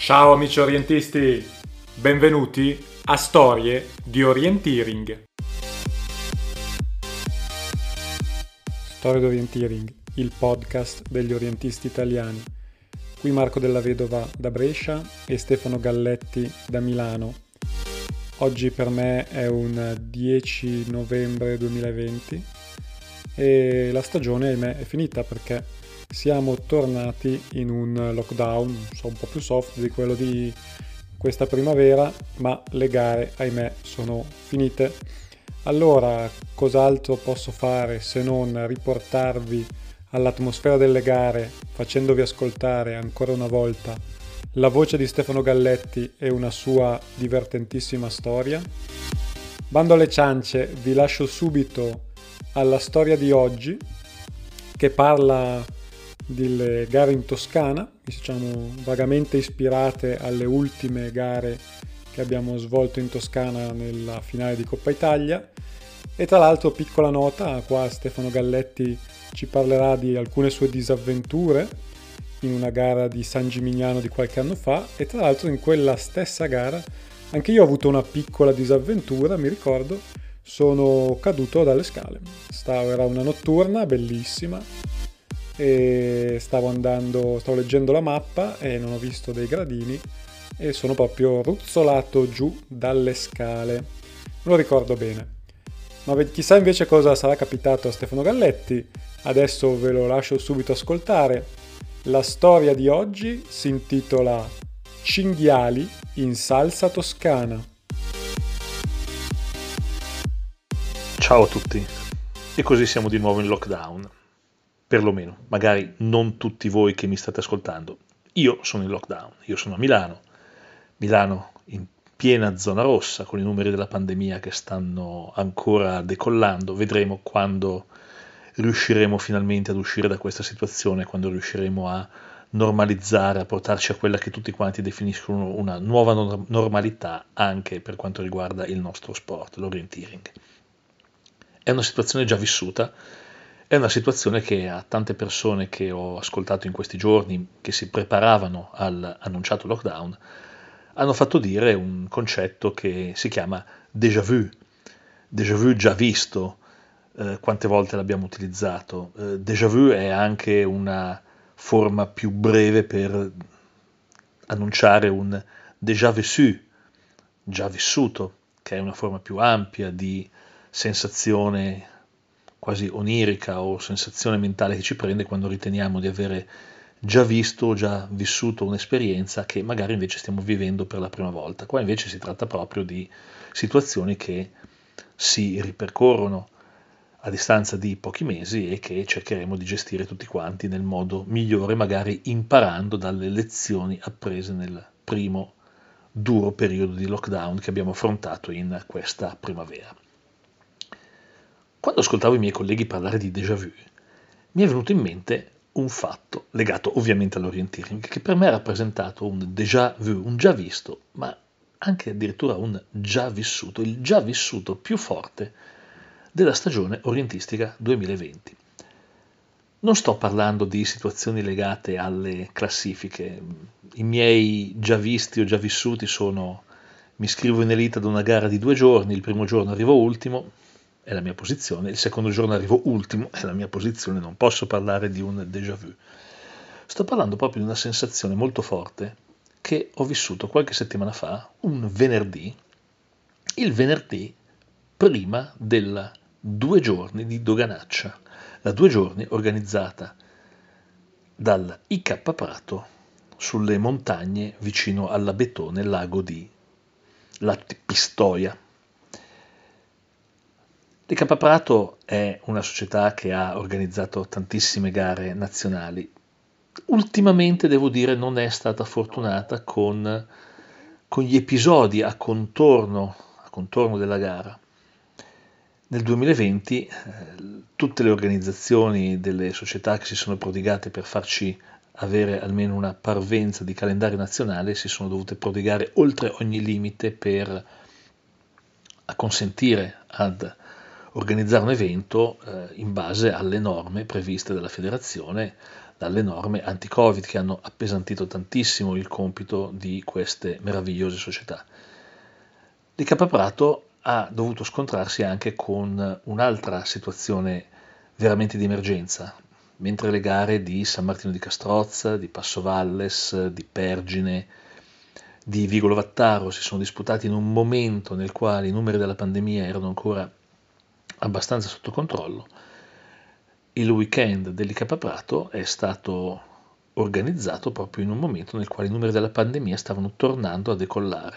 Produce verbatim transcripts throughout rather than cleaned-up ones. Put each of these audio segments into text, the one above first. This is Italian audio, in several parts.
Ciao amici orientisti, benvenuti a Storie di Orienteering. Storie di Orienteering, il podcast degli orientisti italiani. Qui Marco Della Vedova da Brescia e Stefano Galletti da Milano. Oggi per me è un dieci novembre duemilaventi e la stagione ahimè è finita perché siamo tornati in un lockdown, so, un po' più soft di quello di questa primavera, ma le gare ahimè sono finite. Allora, cos'altro posso fare se non riportarvi all'atmosfera delle gare facendovi ascoltare ancora una volta la voce di Stefano Galletti e una sua divertentissima storia? Bando alle ciance, vi lascio subito alla storia di oggi che parla delle gare in Toscana, diciamo vagamente ispirate alle ultime gare che abbiamo svolto in Toscana nella finale di Coppa Italia. E tra l'altro, piccola nota, qua Stefano Galletti ci parlerà di alcune sue disavventure in una gara di San Gimignano di qualche anno fa, e tra l'altro in quella stessa gara anche io ho avuto una piccola disavventura, mi ricordo, sono caduto dalle scale. Stavo, era una notturna bellissima e stavo andando, stavo leggendo la mappa e non ho visto dei gradini e sono proprio ruzzolato giù dalle scale. Me lo ricordo bene. Ma chissà invece cosa sarà capitato a Stefano Galletti. Adesso ve lo lascio subito ascoltare. La storia di oggi si intitola Cinghiali in salsa toscana. Ciao a tutti, e così siamo di nuovo in lockdown. Perlomeno, magari non tutti voi che mi state ascoltando. Io sono in lockdown, io sono a Milano. Milano in piena zona rossa, con i numeri della pandemia che stanno ancora decollando. Vedremo quando riusciremo finalmente ad uscire da questa situazione, quando riusciremo a normalizzare, a portarci a quella che tutti quanti definiscono una nuova no- normalità anche per quanto riguarda il nostro sport, l'orienteering. È una situazione già vissuta, è una situazione che a tante persone che ho ascoltato in questi giorni, che si preparavano all'annunciato lockdown, hanno fatto dire un concetto che si chiama déjà vu. Déjà vu già visto, eh, quante volte l'abbiamo utilizzato. Eh, déjà vu è anche una forma più breve per annunciare un déjà vécu, già vissuto, che è una forma più ampia di sensazione quasi onirica o sensazione mentale che ci prende quando riteniamo di avere già visto o già vissuto un'esperienza che magari invece stiamo vivendo per la prima volta. Qua invece si tratta proprio di situazioni che si ripercorrono a distanza di pochi mesi e che cercheremo di gestire tutti quanti nel modo migliore, magari imparando dalle lezioni apprese nel primo duro periodo di lockdown che abbiamo affrontato in questa primavera. Quando ascoltavo i miei colleghi parlare di déjà vu, mi è venuto in mente un fatto legato ovviamente all'orienteering, che per me ha rappresentato un déjà vu, un già visto, ma anche addirittura un già vissuto, il già vissuto più forte della stagione orientistica duemilaventi. Non sto parlando di situazioni legate alle classifiche, i miei già visti o già vissuti sono: mi iscrivo in elite ad una gara di due giorni, il primo giorno arrivo ultimo, è la mia posizione, il secondo giorno arrivo ultimo, è la mia posizione, non posso parlare di un déjà vu. Sto parlando proprio di una sensazione molto forte che ho vissuto qualche settimana fa, un venerdì, il venerdì prima della due giorni di Doganaccia, la due giorni organizzata dal I K Prato sulle montagne vicino all'Abetone, lago di La Pistoia. L'I K Prato è una società che ha organizzato tantissime gare nazionali. Ultimamente, devo dire, non è stata fortunata con, con gli episodi a contorno, a contorno della gara. Nel duemilaventi eh, tutte le organizzazioni delle società che si sono prodigate per farci avere almeno una parvenza di calendario nazionale si sono dovute prodigare oltre ogni limite per acconsentire ad organizzare un evento eh, in base alle norme previste dalla federazione, dalle norme anti-Covid che hanno appesantito tantissimo il compito di queste meravigliose società. L'I K Prato ha dovuto scontrarsi anche con un'altra situazione veramente di emergenza, mentre le gare di San Martino di Castrozza, di Passovalles, di Pergine, di Vigolo Vattaro si sono disputati in un momento nel quale i numeri della pandemia erano ancora abbastanza sotto controllo. Il weekend dell'I K Prato è stato organizzato proprio in un momento nel quale i numeri della pandemia stavano tornando a decollare.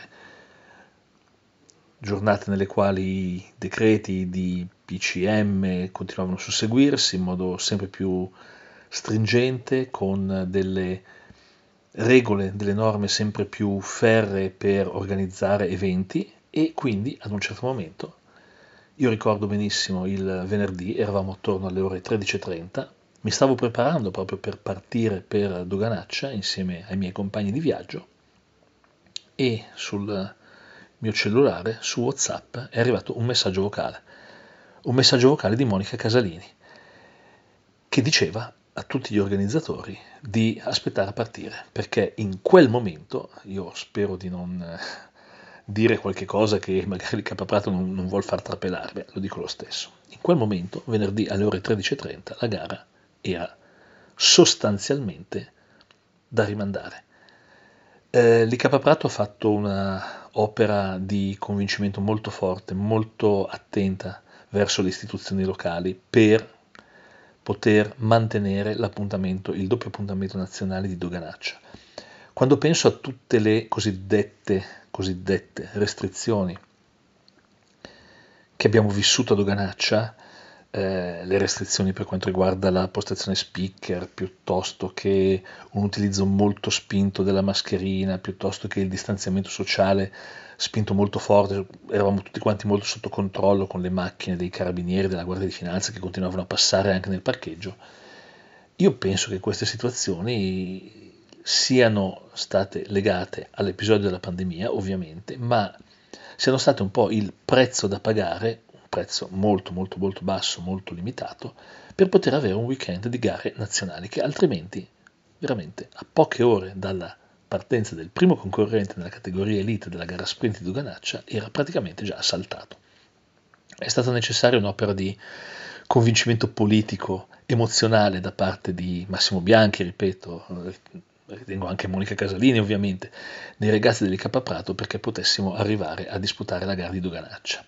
Giornate nelle quali i decreti di P C M continuavano a susseguirsi in modo sempre più stringente, con delle regole, delle norme sempre più ferree per organizzare eventi, e quindi ad un certo momento, io ricordo benissimo il venerdì, eravamo attorno alle ore tredici e trenta, mi stavo preparando proprio per partire per Doganaccia insieme ai miei compagni di viaggio, e sul mio cellulare, su WhatsApp, è arrivato un messaggio vocale, un messaggio vocale di Monica Casalini, che diceva a tutti gli organizzatori di aspettare a partire, perché in quel momento, io spero di non dire qualche cosa che magari il K Prato non, non vuol far trapelare, beh, lo dico lo stesso. In quel momento, venerdì alle ore tredici e trenta, la gara era sostanzialmente da rimandare. Eh, L'I K Prato ha fatto una opera di convincimento molto forte, molto attenta verso le istituzioni locali per poter mantenere l'appuntamento, il doppio appuntamento nazionale di Doganaccia. Quando penso a tutte le cosiddette, cosiddette restrizioni che abbiamo vissuto a Doganaccia, eh, le restrizioni per quanto riguarda la postazione speaker, piuttosto che un utilizzo molto spinto della mascherina, piuttosto che il distanziamento sociale spinto molto forte, eravamo tutti quanti molto sotto controllo con le macchine dei carabinieri, della Guardia di Finanza che continuavano a passare anche nel parcheggio. Io penso che queste situazioni siano state legate all'episodio della pandemia, ovviamente, ma siano state un po' il prezzo da pagare, un prezzo molto molto molto basso, molto limitato, per poter avere un weekend di gare nazionali che altrimenti, veramente, a poche ore dalla partenza del primo concorrente nella categoria elite della gara sprint di Doganaccia, era praticamente già saltato. È stata necessaria un'opera di convincimento politico, emozionale da parte di Massimo Bianchi, ripeto, ritengo anche Monica Casalini ovviamente, dei ragazzi dell'I K Prato, perché potessimo arrivare a disputare la gara di Doganaccia.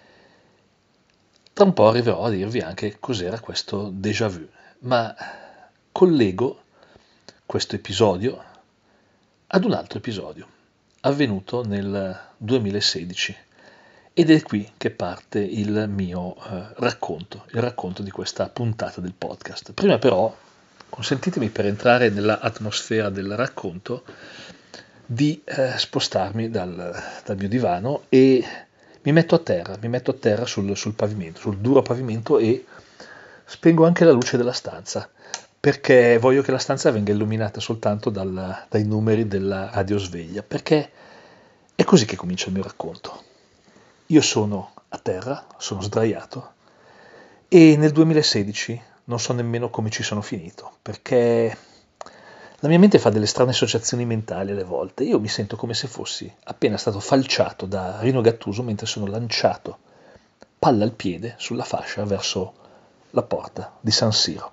Tra un po' arriverò a dirvi anche cos'era questo déjà vu, ma collego questo episodio ad un altro episodio avvenuto nel duemilasedici, ed è qui che parte il mio eh, racconto, il racconto di questa puntata del podcast. Prima però consentitemi, per entrare nella atmosfera del racconto, di eh, spostarmi dal, dal mio divano e mi metto a terra, mi metto a terra sul, sul pavimento, sul duro pavimento, e spengo anche la luce della stanza, perché voglio che la stanza venga illuminata soltanto dal, dai numeri della radiosveglia, perché è così che comincia il mio racconto. Io sono a terra, sono sdraiato, e nel duemilasedici non so nemmeno come ci sono finito, perché la mia mente fa delle strane associazioni mentali alle volte. Io mi sento come se fossi appena stato falciato da Rino Gattuso mentre sono lanciato palla al piede sulla fascia verso la porta di San Siro.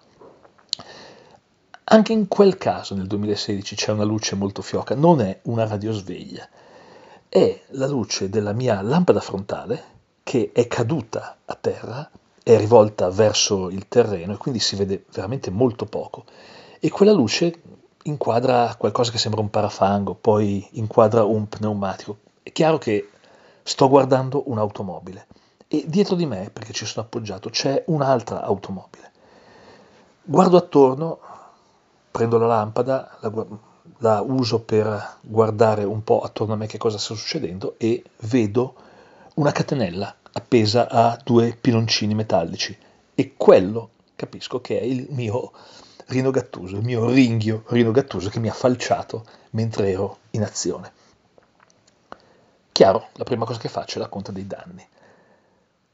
Anche in quel caso nel duemilasedici c'è una luce molto fioca, non è una radiosveglia, è la luce della mia lampada frontale che è caduta a terra, è rivolta verso il terreno e quindi si vede veramente molto poco, e quella luce inquadra qualcosa che sembra un parafango, poi inquadra un pneumatico. È chiaro che sto guardando un'automobile e dietro di me, perché ci sono appoggiato, c'è un'altra automobile. Guardo attorno, prendo la lampada, la, la uso per guardare un po' attorno a me che cosa sta succedendo, e vedo una catenella appesa a due piloncini metallici, e quello capisco che è il mio Rino Gattuso, il mio ringhio Rino Gattuso che mi ha falciato mentre ero in azione. Chiaro, la prima cosa che faccio è la conta dei danni.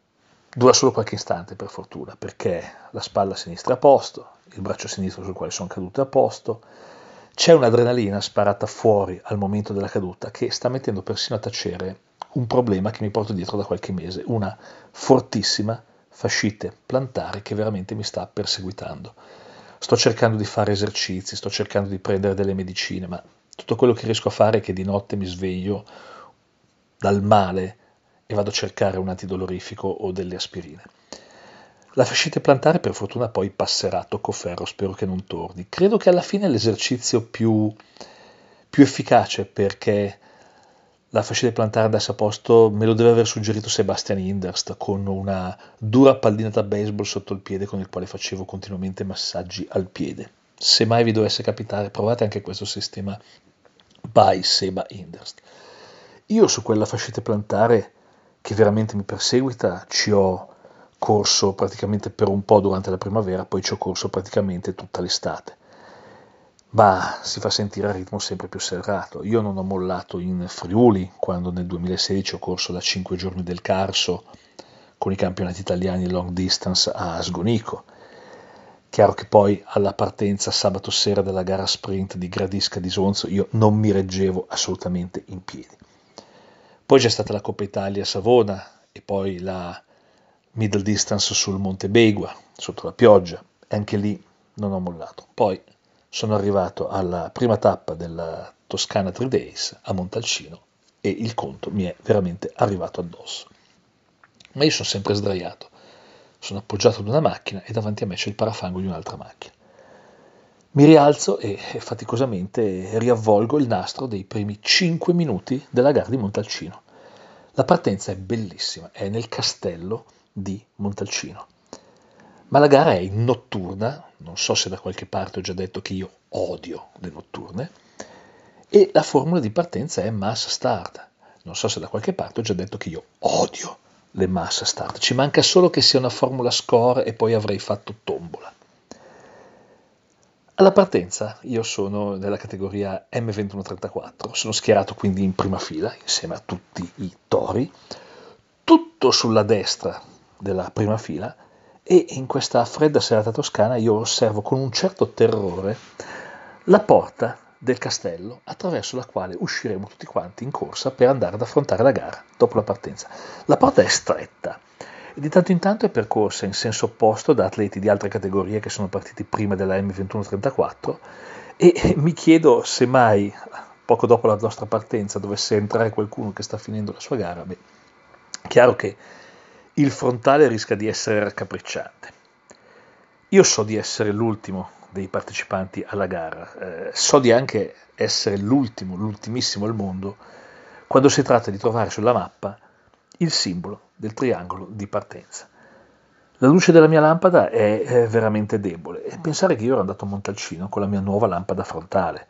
Dura solo qualche istante, per fortuna, perché la spalla sinistra è a posto, il braccio sinistro sul quale sono caduto è a posto, c'è un'adrenalina sparata fuori al momento della caduta che sta mettendo persino a tacere un problema che mi porto dietro da qualche mese, una fortissima fascite plantare che veramente mi sta perseguitando. Sto cercando di fare esercizi, sto cercando di prendere delle medicine, ma tutto quello che riesco a fare è che di notte mi sveglio dal male e vado a cercare un antidolorifico o delle aspirine. La fascite plantare per fortuna poi passerà, tocco ferro, spero che non torni. Credo che alla fine è l'esercizio più, più efficace, perché la fascite plantare andasse a posto me lo deve aver suggerito Sebastian Hinderst con una dura pallina da baseball sotto il piede con il quale facevo continuamente massaggi al piede. Se mai vi dovesse capitare, provate anche questo sistema by Seba Hinderst. Io su quella fascite plantare che veramente mi perseguita ci ho corso praticamente per un po' durante la primavera, poi ci ho corso praticamente tutta l'estate, ma si fa sentire a ritmo sempre più serrato. Io non ho mollato in Friuli quando nel duemilasedici ho corso da cinque giorni del Carso con i campionati italiani long distance a Sgonico. Chiaro che poi alla partenza sabato sera della gara sprint di Gradisca di Sonzo io non mi reggevo assolutamente in piedi. Poi c'è stata la Coppa Italia a Savona e poi la middle distance sul Monte Begua, sotto la pioggia, e anche lì non ho mollato. Poi sono arrivato alla prima tappa della Toscana tre Days a Montalcino e il conto mi è veramente arrivato addosso. Ma io sono sempre sdraiato, sono appoggiato ad una macchina e davanti a me c'è il parafango di un'altra macchina. Mi rialzo e faticosamente riavvolgo il nastro dei primi cinque minuti della gara di Montalcino. La partenza è bellissima, è nel castello di Montalcino, ma la gara è in notturna, non so se da qualche parte ho già detto che io odio le notturne, e la formula di partenza è mass start, non so se da qualche parte ho già detto che io odio le mass start, ci manca solo che sia una formula score e poi avrei fatto tombola. Alla partenza io sono nella categoria M ventuno trentaquattro, sono schierato quindi in prima fila insieme a tutti i tori, tutto sulla destra della prima fila, e in questa fredda serata toscana io osservo con un certo terrore la porta del castello attraverso la quale usciremo tutti quanti in corsa per andare ad affrontare la gara dopo la partenza. La porta è stretta e di tanto in tanto è percorsa in senso opposto da atleti di altre categorie che sono partiti prima della M ventuno trentaquattro, e mi chiedo se mai poco dopo la nostra partenza dovesse entrare qualcuno che sta finendo la sua gara, beh, chiaro che il frontale rischia di essere raccapricciante. Io so di essere l'ultimo dei partecipanti alla gara, eh, so di anche essere l'ultimo, l'ultimissimo al mondo, quando si tratta di trovare sulla mappa il simbolo del triangolo di partenza. La luce della mia lampada è, è veramente debole, e pensare che io ero andato a Montalcino con la mia nuova lampada frontale,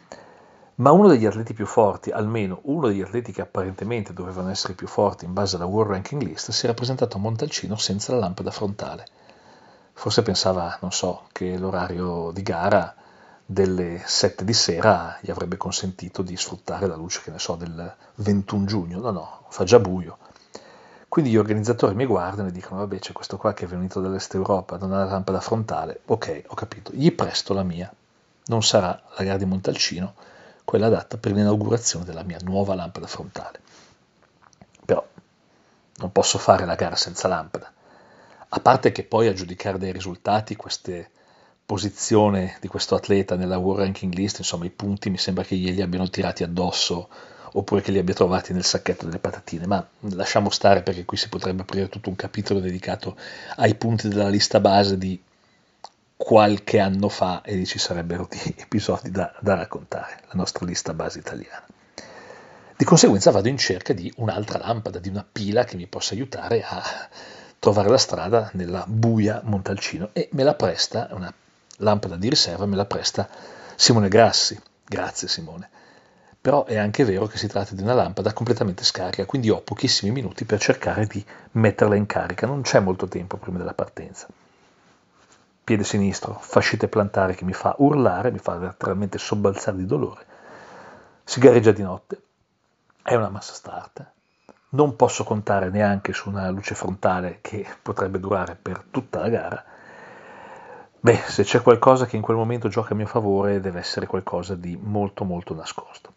ma uno degli atleti più forti, almeno uno degli atleti che apparentemente dovevano essere più forti in base alla World Ranking List, si era presentato a Montalcino senza la lampada frontale. Forse pensava, non so, che l'orario di gara delle sette di sera gli avrebbe consentito di sfruttare la luce, che ne so, del ventuno giugno. No, no, fa già buio. Quindi gli organizzatori mi guardano e dicono: vabbè, c'è questo qua che è venuto dall'Est Europa, non ha la lampada frontale. Ok, ho capito, gli presto la mia. Non sarà la gara di Montalcino quella adatta per l'inaugurazione della mia nuova lampada frontale. Però non posso fare la gara senza lampada. A parte che poi a giudicare dai risultati, queste posizione di questo atleta nella World Ranking List, insomma i punti mi sembra che glieli abbiano tirati addosso oppure che li abbia trovati nel sacchetto delle patatine, ma lasciamo stare, perché qui si potrebbe aprire tutto un capitolo dedicato ai punti della lista base di qualche anno fa e lì ci sarebbero di episodi da, da raccontare, la nostra lista base italiana. Di conseguenza vado in cerca di un'altra lampada, di una pila che mi possa aiutare a trovare la strada nella buia Montalcino, e me la presta, una lampada di riserva, me la presta Simone Grassi. Grazie Simone. Però è anche vero che si tratta di una lampada completamente scarica, quindi ho pochissimi minuti per cercare di metterla in carica, non c'è molto tempo prima della partenza. Piede sinistro, fascite plantare che mi fa urlare, mi fa letteralmente sobbalzare di dolore. Si gareggia di notte, è una massa start, non posso contare neanche su una luce frontale che potrebbe durare per tutta la gara. Beh, se c'è qualcosa che in quel momento gioca a mio favore, deve essere qualcosa di molto molto nascosto.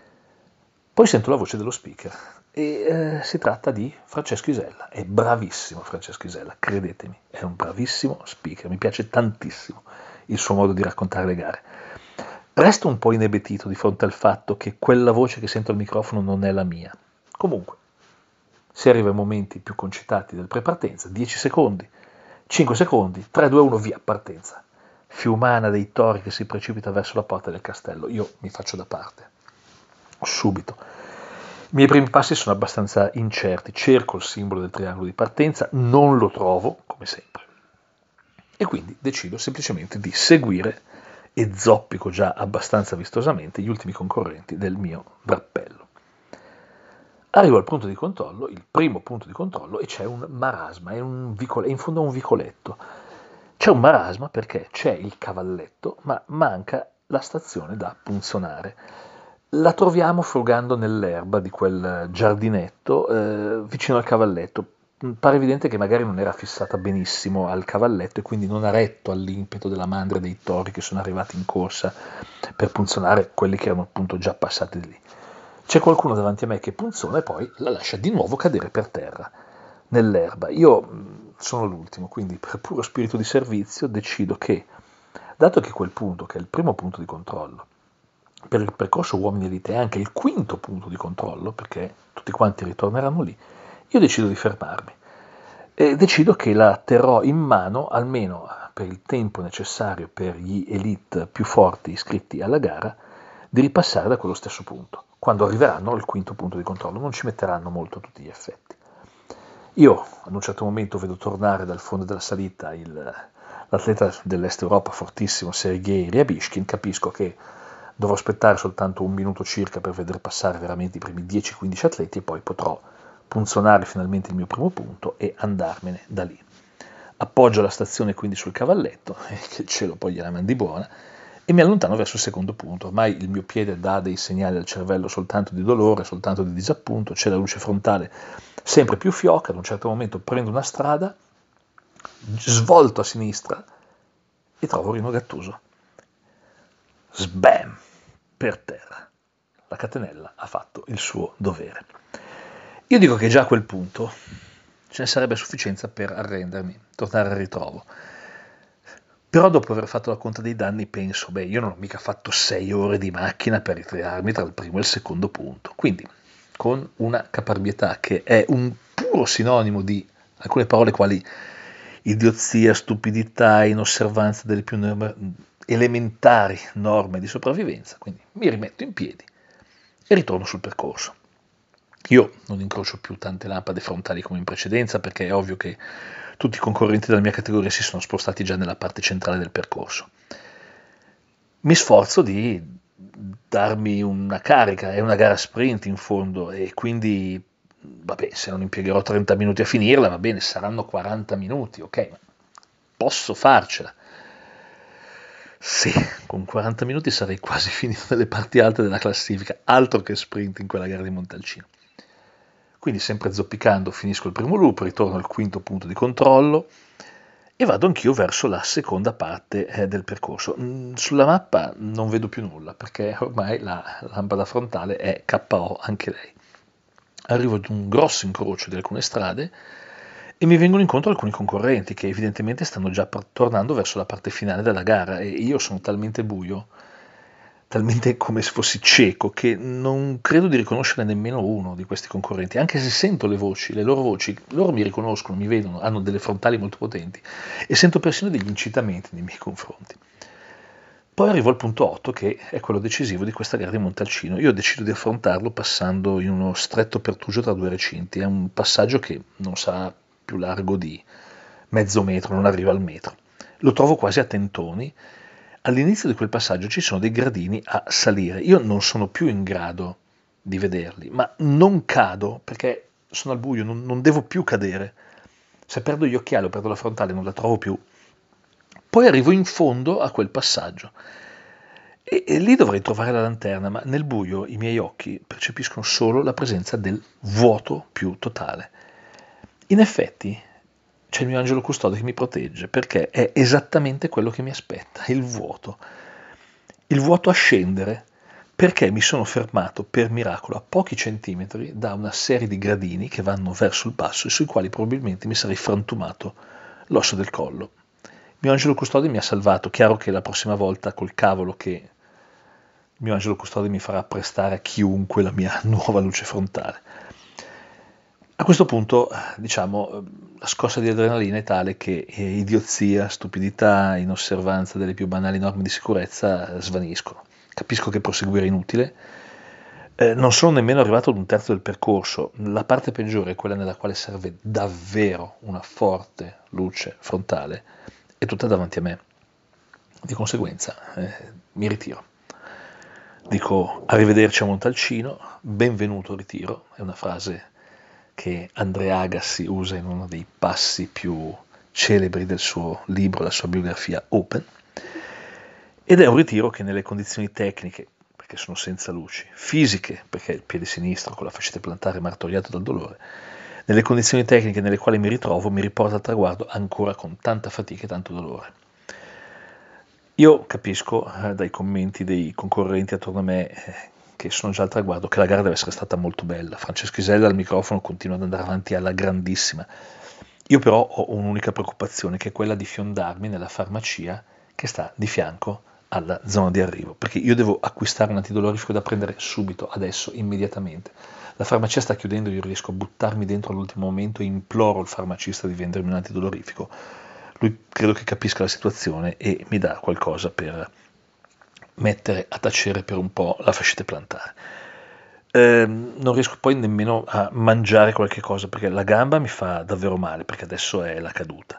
Poi sento la voce dello speaker e eh, si tratta di Francesco Isella. È bravissimo Francesco Isella, credetemi, è un bravissimo speaker, mi piace tantissimo il suo modo di raccontare le gare. Resto un po' inebetito di fronte al fatto che quella voce che sento al microfono non è la mia. Comunque, si arriva ai momenti più concitati del prepartenza, dieci secondi, cinque secondi, tre, due, uno, via, partenza. Fiumana dei tori che si precipita verso la porta del castello. Io mi faccio da parte, subito. I miei primi passi sono abbastanza incerti, cerco il simbolo del triangolo di partenza, non lo trovo, come sempre, e quindi decido semplicemente di seguire e zoppico già abbastanza vistosamente gli ultimi concorrenti del mio drappello. Arrivo al punto di controllo, il primo punto di controllo, e c'è un marasma, è, un vicole- è in fondo a un vicoletto. C'è un marasma perché c'è il cavalletto, ma manca la stazione da punzonare. La troviamo frugando nell'erba di quel giardinetto eh, vicino al cavalletto. Pare evidente che magari non era fissata benissimo al cavalletto e quindi non ha retto all'impeto della mandria dei tori che sono arrivati in corsa per punzonare quelli che erano appunto già passati di lì. C'è qualcuno davanti a me che punzona e poi la lascia di nuovo cadere per terra, nell'erba. Io sono l'ultimo, quindi per puro spirito di servizio decido che, dato che quel punto, che è il primo punto di controllo, per il percorso uomini elite è anche il quinto punto di controllo, perché tutti quanti ritorneranno lì, io decido di fermarmi e decido che la terrò in mano almeno per il tempo necessario per gli elite più forti iscritti alla gara di ripassare da quello stesso punto. Quando arriveranno al quinto punto di controllo non ci metteranno molto a tutti gli effetti. Io ad un certo momento vedo tornare dal fondo della salita il, l'atleta dell'Est Europa fortissimo Sergei Ryabishkin, capisco che dovrò aspettare soltanto un minuto circa per vedere passare veramente i primi dieci quindici atleti e poi potrò punzonare finalmente il mio primo punto e andarmene da lì. Appoggio la stazione quindi sul cavalletto, e che il cielo poi gliela mandi buona, e mi allontano verso il secondo punto. Ormai il mio piede dà dei segnali al cervello soltanto di dolore, soltanto di disappunto, c'è la luce frontale sempre più fioca, ad un certo momento prendo una strada, svolto a sinistra e trovo Rino Gattuso. Sbam! Per terra. La catenella ha fatto il suo dovere. Io dico che già a quel punto ce ne sarebbe sufficienza per arrendermi, tornare al ritrovo. Però dopo aver fatto la conta dei danni penso, beh, io non ho mica fatto sei ore di macchina per ritirarmi tra il primo e il secondo punto. Quindi, con una caparbietà che è un puro sinonimo di alcune parole quali idiozia, stupidità, inosservanza delle più elementari norme di sopravvivenza, quindi mi rimetto in piedi e ritorno sul percorso. Io non incrocio più tante lampade frontali come in precedenza, perché è ovvio che tutti i concorrenti della mia categoria si sono spostati già nella parte centrale del percorso. Mi sforzo di darmi una carica, è una gara sprint in fondo e quindi, vabbè, se non impiegherò trenta minuti a finirla, va bene, saranno quaranta minuti, ok, ma posso farcela. Sì, con quaranta minuti sarei quasi finito nelle parti alte della classifica, altro che sprint in quella gara di Montalcino. Quindi sempre zoppicando finisco il primo loop, ritorno al quinto punto di controllo e vado anch'io verso la seconda parte eh, del percorso. Mm, sulla mappa non vedo più nulla perché ormai la lampada frontale è K O anche lei. Arrivo ad un grosso incrocio di alcune strade e mi vengono incontro alcuni concorrenti che evidentemente stanno già par- tornando verso la parte finale della gara e io sono talmente buio, talmente come se fossi cieco, che non credo di riconoscere nemmeno uno di questi concorrenti, anche se sento le voci, le loro voci, loro mi riconoscono, mi vedono, hanno delle frontali molto potenti e sento persino degli incitamenti nei miei confronti. Poi arrivo al punto otto, che è quello decisivo di questa gara di Montalcino. Io decido di affrontarlo passando in uno stretto pertugio tra due recinti, è un passaggio che non sarà più largo di mezzo metro, non arriva al metro. Lo trovo quasi a tentoni. All'inizio di quel passaggio ci sono dei gradini a salire, io non sono più in grado di vederli, ma non cado perché sono al buio, non, non devo più cadere. Se perdo gli occhiali o perdo la frontale non la trovo più. Poi arrivo in fondo a quel passaggio E, e lì dovrei trovare la lanterna, ma nel buio i miei occhi percepiscono solo la presenza del vuoto più totale. In effetti c'è il mio angelo custode che mi protegge, perché è esattamente quello che mi aspetta, il vuoto. Il vuoto a scendere, perché mi sono fermato per miracolo a pochi centimetri da una serie di gradini che vanno verso il basso e sui quali probabilmente mi sarei frantumato l'osso del collo. Il mio angelo custode mi ha salvato. Chiaro che la prossima volta col cavolo che il mio angelo custode mi farà prestare a chiunque la mia nuova luce frontale. A questo punto, diciamo, la scossa di adrenalina è tale che idiozia, stupidità, inosservanza delle più banali norme di sicurezza svaniscono. Capisco che proseguire è inutile. Eh, non sono nemmeno arrivato ad un terzo del percorso. La parte peggiore è quella nella quale serve davvero una forte luce frontale, è tutta davanti a me. Di conseguenza, eh, mi ritiro. Dico arrivederci a Montalcino, benvenuto ritiro, è una frase che Andrea Agassi usa in uno dei passi più celebri del suo libro, la sua biografia Open, ed è un ritiro che nelle condizioni tecniche, perché sono senza luci, fisiche, perché il piede sinistro con la fascite plantare martoriato dal dolore, nelle condizioni tecniche nelle quali mi ritrovo mi riporta al traguardo ancora con tanta fatica e tanto dolore. Io capisco eh, dai commenti dei concorrenti attorno a me eh, che sono già al traguardo, che la gara deve essere stata molto bella. Francesco Isella al microfono continua ad andare avanti alla grandissima. Io però ho un'unica preoccupazione, che è quella di fiondarmi nella farmacia che sta di fianco alla zona di arrivo, perché io devo acquistare un antidolorifico da prendere subito, adesso, immediatamente. La farmacia sta chiudendo, io riesco a buttarmi dentro all'ultimo momento e imploro il farmacista di vendermi un antidolorifico. Lui credo che capisca la situazione e mi dà qualcosa per mettere a tacere per un po' la fascite plantare. Eh, non riesco poi nemmeno a mangiare qualche cosa perché la gamba mi fa davvero male, perché adesso è la caduta.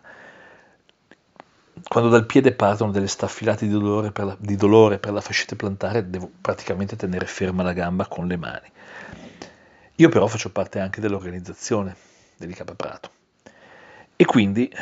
Quando dal piede partono delle staffilate di dolore per la, di dolore per la fascite plantare, devo praticamente tenere ferma la gamba con le mani. Io però faccio parte anche dell'organizzazione dell'I K Prato e quindi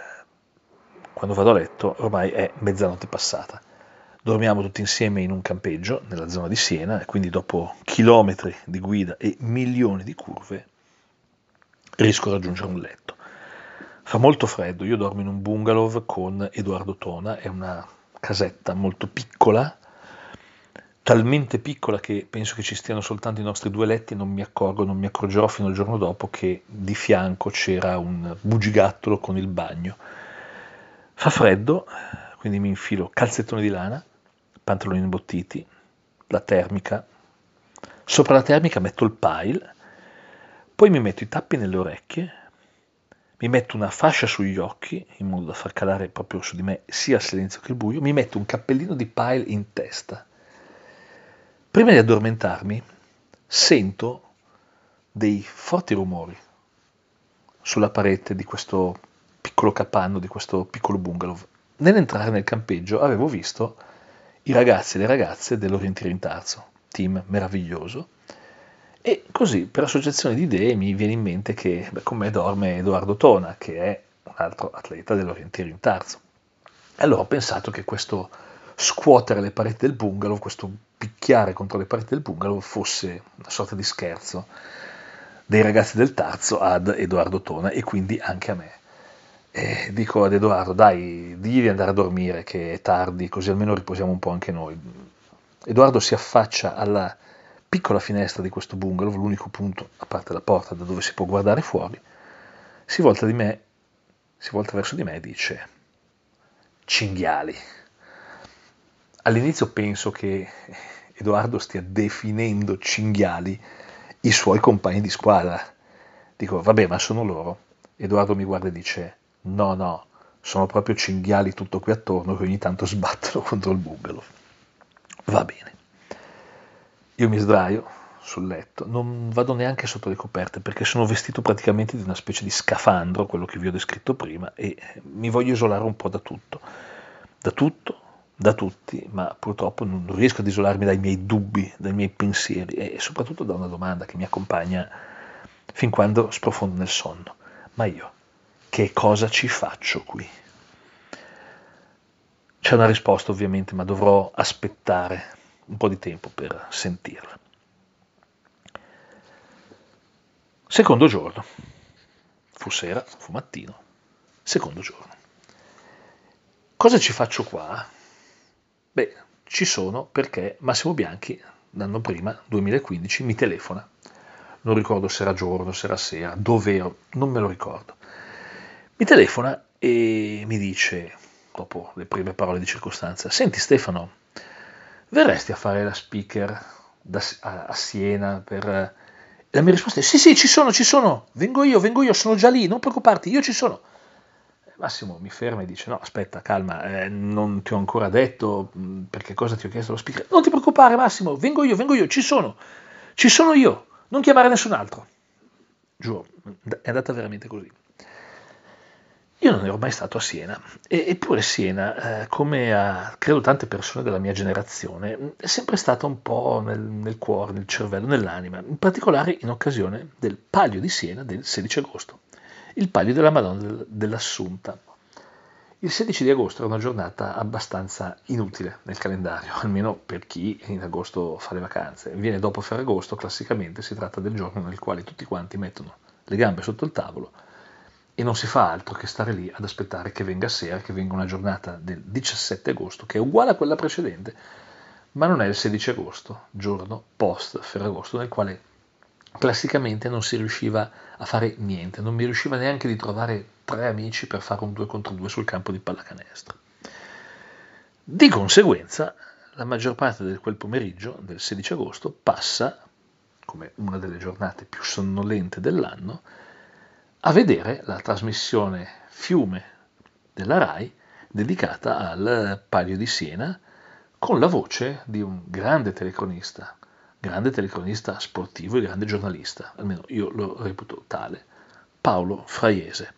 quando vado a letto ormai è mezzanotte passata. Dormiamo tutti insieme in un campeggio nella zona di Siena e quindi dopo chilometri di guida e milioni di curve riesco a raggiungere un letto. Fa molto freddo, io dormo in un bungalow con Edoardo Tona, è una casetta molto piccola, talmente piccola che penso che ci stiano soltanto i nostri due letti e non mi accorgo, non mi accorgerò fino al giorno dopo che di fianco c'era un bugigattolo con il bagno. Fa freddo, quindi mi infilo calzettoni di lana, pantaloni imbottiti, la termica. Sopra la termica metto il pile, poi mi metto i tappi nelle orecchie, mi metto una fascia sugli occhi, in modo da far calare proprio su di me sia il silenzio che il buio, mi metto un cappellino di pile in testa. Prima di addormentarmi sento dei forti rumori sulla parete di questo piccolo capanno, di questo piccolo bungalow. Nell'entrare nel campeggio avevo visto i ragazzi e le ragazze dell'Orientire in Tarzo, team meraviglioso, e così per associazione di idee mi viene in mente che beh, con me dorme Edoardo Tona, che è un altro atleta dell'Orientire in Tarzo. E allora ho pensato che questo scuotere le pareti del bungalow, questo picchiare contro le pareti del bungalow fosse una sorta di scherzo dei ragazzi del Tarzo ad Edoardo Tona e quindi anche a me. E dico ad Edoardo, dai, digli di andare a dormire che è tardi, così almeno riposiamo un po' anche noi. Edoardo si affaccia alla piccola finestra di questo bungalow, l'unico punto, a parte la porta, da dove si può guardare fuori, si volta di me, si volta verso di me e dice: cinghiali. All'inizio penso che Edoardo stia definendo cinghiali i suoi compagni di squadra. Dico, vabbè, ma sono loro. Edoardo mi guarda e dice: no, no, sono proprio cinghiali tutto qui attorno che ogni tanto sbattono contro il bungalow. Va bene. Io mi sdraio sul letto, non vado neanche sotto le coperte perché sono vestito praticamente di una specie di scafandro, quello che vi ho descritto prima, e mi voglio isolare un po' da tutto. Da tutto, da tutti, ma purtroppo non riesco ad isolarmi dai miei dubbi, dai miei pensieri e soprattutto da una domanda che mi accompagna fin quando sprofondo nel sonno. Ma io che cosa ci faccio qui? C'è una risposta ovviamente, ma dovrò aspettare un po' di tempo per sentirla. Secondo giorno. Fu sera, fu mattino. Secondo giorno. Cosa ci faccio qua? Beh, ci sono perché Massimo Bianchi, l'anno prima, duemilaquindici, mi telefona. Non ricordo se era giorno, se era sera, dove ero, non me lo ricordo. Mi telefona e mi dice, dopo le prime parole di circostanza, senti Stefano, verresti a fare la speaker da, a, a Siena per... E la mia risposta è sì, sì, ci sono, ci sono, vengo io, vengo io, sono già lì, non preoccuparti, io ci sono. Massimo mi ferma e dice no, aspetta, calma, eh, non ti ho ancora detto mh, perché cosa ti ho chiesto lo speaker. Non ti preoccupare Massimo, vengo io, vengo io, ci sono, ci sono io, non chiamare nessun altro. Giuro, è andata veramente così. Io non ero mai stato a Siena, e, eppure Siena, eh, come a credo tante persone della mia generazione, è sempre stata un po' nel, nel cuore, nel cervello, nell'anima, in particolare in occasione del Palio di Siena del sedici agosto, il Palio della Madonna del- dell'Assunta. Il sedici di agosto era una giornata abbastanza inutile nel calendario, almeno per chi in agosto fa le vacanze. Viene dopo Ferragosto, classicamente si tratta del giorno nel quale tutti quanti mettono le gambe sotto il tavolo e non si fa altro che stare lì ad aspettare che venga sera, che venga una giornata del diciassette agosto, che è uguale a quella precedente, ma non è il sedici agosto, giorno post Ferragosto, nel quale classicamente non si riusciva a fare niente, non mi riusciva neanche di trovare tre amici per fare un due contro due sul campo di pallacanestro. Di conseguenza, la maggior parte di quel pomeriggio del sedici agosto passa, come una delle giornate più sonnolente dell'anno, a vedere la trasmissione Fiume della Rai dedicata al Palio di Siena con la voce di un grande telecronista, grande telecronista sportivo e grande giornalista, almeno io lo reputo tale, Paolo Fraiese.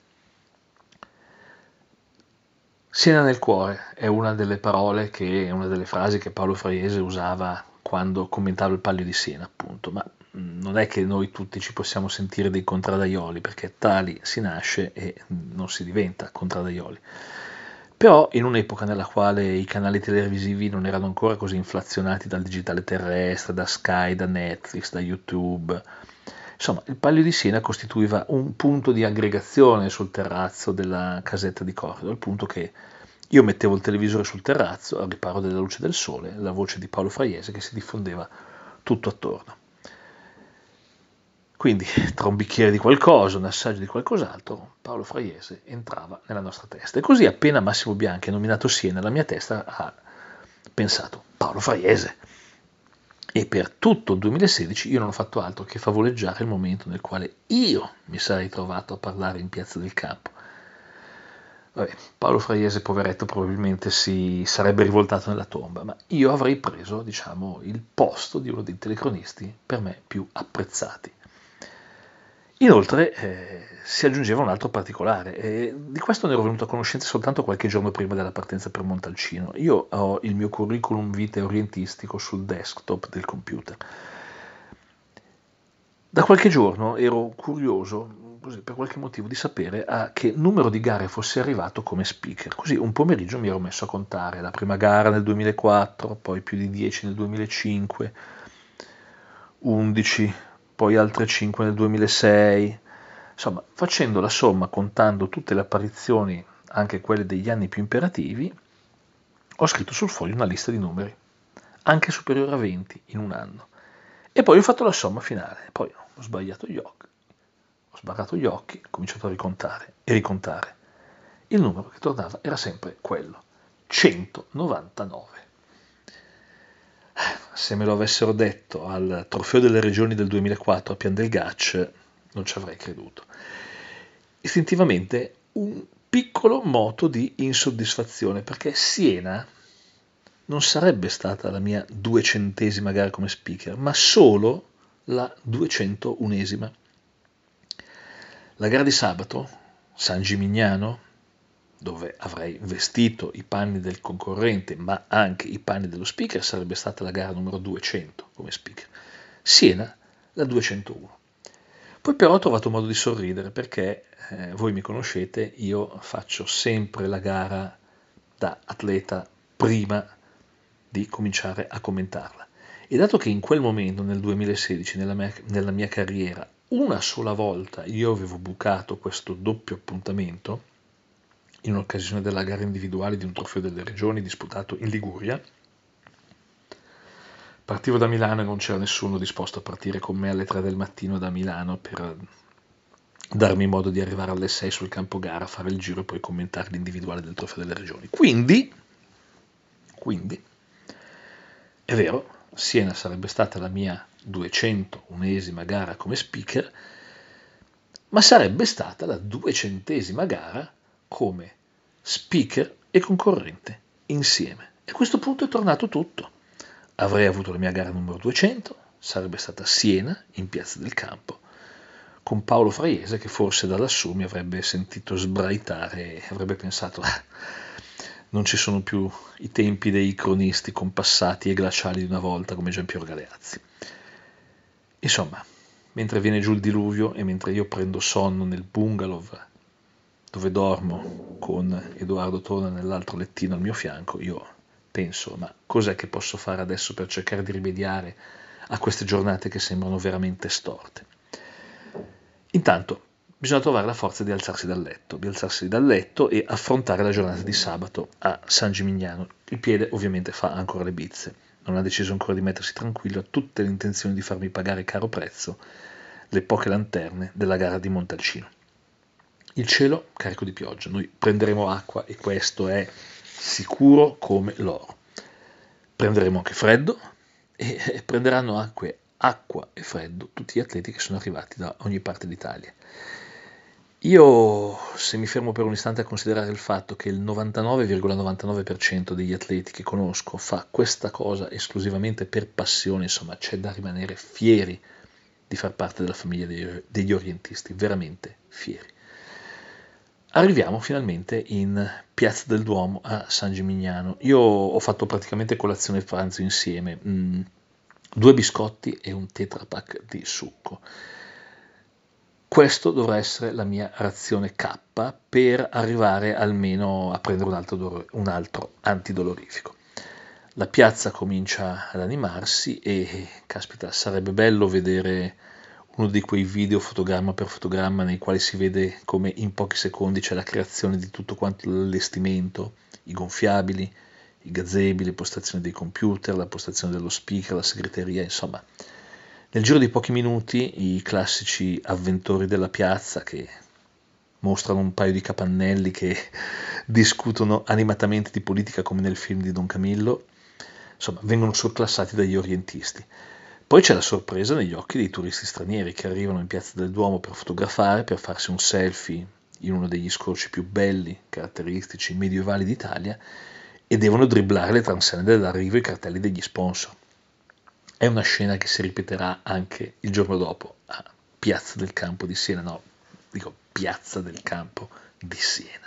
Siena nel cuore è una delle parole che, è una delle frasi che Paolo Fraiese usava quando commentava il Palio di Siena, appunto, ma non è che noi tutti ci possiamo sentire dei contradaioli, perché tali si nasce e non si diventa contradaioli. Però in un'epoca nella quale i canali televisivi non erano ancora così inflazionati dal digitale terrestre, da Sky, da Netflix, da YouTube, insomma, il Palio di Siena costituiva un punto di aggregazione sul terrazzo della casetta di Corrido, al punto che io mettevo il televisore sul terrazzo al riparo della luce del sole, la voce di Paolo Fraiese che si diffondeva tutto attorno. Quindi, tra un bicchiere di qualcosa, un assaggio di qualcos'altro, Paolo Fraiese entrava nella nostra testa. E così, appena Massimo Bianchi ha nominato Siena, la mia testa ha pensato Paolo Fraiese. E per tutto il duemilasedici io non ho fatto altro che favoleggiare il momento nel quale io mi sarei trovato a parlare in Piazza del Campo. Vabbè, Paolo Fraiese, poveretto, probabilmente si sarebbe rivoltato nella tomba, ma io avrei preso, diciamo, il posto di uno dei telecronisti per me più apprezzati. Inoltre eh, si aggiungeva un altro particolare, e di questo ne ero venuto a conoscenza soltanto qualche giorno prima della partenza per Montalcino. Io ho il mio curriculum vitae orientistico sul desktop del computer. Da qualche giorno ero curioso, così, per qualche motivo, di sapere a che numero di gare fossi arrivato come speaker. Così un pomeriggio mi ero messo a contare la prima gara nel duemilaquattro, poi più di dieci nel duemilacinque, undici, poi altre cinque nel duemilasei, insomma, facendo la somma, contando tutte le apparizioni, anche quelle degli anni più imperativi, ho scritto sul foglio una lista di numeri, anche superiore a venti in un anno. E poi ho fatto la somma finale, poi ho sbagliato gli occhi, ho sbarrato gli occhi, ho cominciato a ricontare e ricontare. Il numero che tornava era sempre quello, centonovantanove. Se me lo avessero detto al Trofeo delle Regioni del duemilaquattro a Pian del Gaccio, non ci avrei creduto. Istintivamente un piccolo moto di insoddisfazione, perché Siena non sarebbe stata la mia duecentesima gara come speaker, ma solo la duecentounesima. La gara di sabato, San Gimignano, dove avrei vestito i panni del concorrente, ma anche i panni dello speaker, sarebbe stata la gara numero duecento come speaker. Siena, la duecentouno. Poi però ho trovato modo di sorridere, perché eh, voi mi conoscete, io faccio sempre la gara da atleta prima di cominciare a commentarla. E dato che in quel momento, nel duemilasedici, nella mia, nella mia carriera, una sola volta io avevo bucato questo doppio appuntamento, in occasione della gara individuale di un trofeo delle regioni disputato in Liguria, partivo da Milano e non c'era nessuno disposto a partire con me alle tre del mattino da Milano per darmi modo di arrivare alle sei sul campo gara, fare il giro e poi commentare l'individuale del trofeo delle regioni. Quindi, quindi, è vero, Siena sarebbe stata la mia duecentounesima gara come speaker, ma sarebbe stata la duecentesima gara come speaker e concorrente insieme. E a questo punto è tornato tutto. Avrei avuto la mia gara numero duecento, sarebbe stata a Siena, in Piazza del Campo, con Paolo Fraiese, che forse da lassù mi avrebbe sentito sbraitare e avrebbe pensato ah, non ci sono più i tempi dei cronisti compassati e glaciali di una volta come Giampiero Galeazzi. Insomma, mentre viene giù il diluvio e mentre io prendo sonno nel bungalow dove dormo con Edoardo Tona nell'altro lettino al mio fianco, io penso, ma cos'è che posso fare adesso per cercare di rimediare a queste giornate che sembrano veramente storte? Intanto bisogna trovare la forza di alzarsi dal letto, di alzarsi dal letto e affrontare la giornata di sabato a San Gimignano. Il piede ovviamente fa ancora le bizze, non ha deciso ancora di mettersi tranquillo, ha tutte le intenzioni di farmi pagare caro prezzo le poche lanterne della gara di Montalcino. Il cielo carico di pioggia, noi prenderemo acqua e questo è sicuro come l'oro. Prenderemo anche freddo e prenderanno acque, acqua e freddo tutti gli atleti che sono arrivati da ogni parte d'Italia. Io, se mi fermo per un istante a considerare il fatto che il novantanove virgola novantanove per cento degli atleti che conosco fa questa cosa esclusivamente per passione, insomma, c'è da rimanere fieri di far parte della famiglia degli orientisti, veramente fieri. Arriviamo finalmente in Piazza del Duomo a San Gimignano. Io ho fatto praticamente colazione e pranzo insieme, mm, due biscotti e un Tetra Pak di succo. Questo dovrà essere la mia razione K per arrivare almeno a prendere un altro, un altro antidolorifico. La piazza comincia ad animarsi e, caspita, sarebbe bello vedere uno di quei video fotogramma per fotogramma nei quali si vede come in pochi secondi c'è la creazione di tutto quanto l'allestimento, i gonfiabili, i gazebo, le postazioni dei computer, la postazione dello speaker, la segreteria, insomma. Nel giro di pochi minuti i classici avventori della piazza che mostrano un paio di capannelli che discutono animatamente di politica come nel film di Don Camillo, insomma, vengono surclassati dagli orientisti. Poi c'è la sorpresa negli occhi dei turisti stranieri che arrivano in Piazza del Duomo per fotografare, per farsi un selfie in uno degli scorci più belli, caratteristici, medievali d'Italia e devono dribblare le transenne dell'arrivo e i cartelli degli sponsor. È una scena che si ripeterà anche il giorno dopo a Piazza del Campo di Siena, no, dico Piazza del Campo di Siena.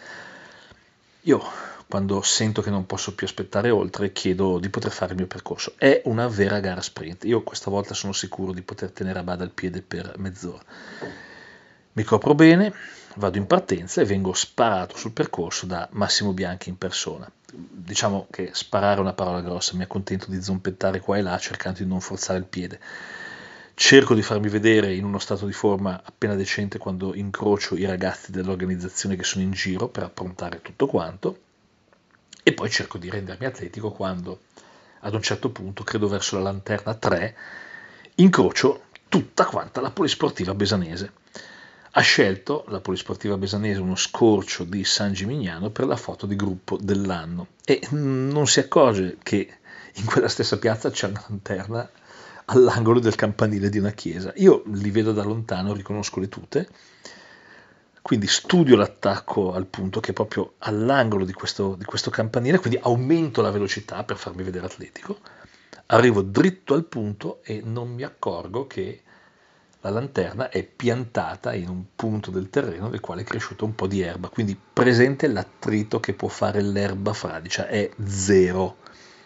Io, quando sento che non posso più aspettare oltre, chiedo di poter fare il mio percorso. È una vera gara sprint. Io questa volta sono sicuro di poter tenere a bada il piede per mezz'ora. Mi copro bene, vado in partenza e vengo sparato sul percorso da Massimo Bianchi in persona. Diciamo che sparare è una parola grossa, mi accontento di zompettare qua e là cercando di non forzare il piede. Cerco di farmi vedere in uno stato di forma appena decente quando incrocio i ragazzi dell'organizzazione che sono in giro per approntare tutto quanto e poi cerco di rendermi atletico quando ad un certo punto, credo verso la lanterna tre, incrocio tutta quanta la polisportiva besanese. Ha scelto la polisportiva besanese uno scorcio di San Gimignano per la foto di gruppo dell'anno e non si accorge che in quella stessa piazza c'è una lanterna all'angolo del campanile di una chiesa. Io li vedo da lontano, riconosco le tute, quindi studio l'attacco al punto che è proprio all'angolo di questo, di questo campanile, quindi aumento la velocità per farmi vedere atletico, arrivo dritto al punto e non mi accorgo che la lanterna è piantata in un punto del terreno nel quale è cresciuto un po' di erba, quindi presente l'attrito che può fare l'erba fradicia, è zero.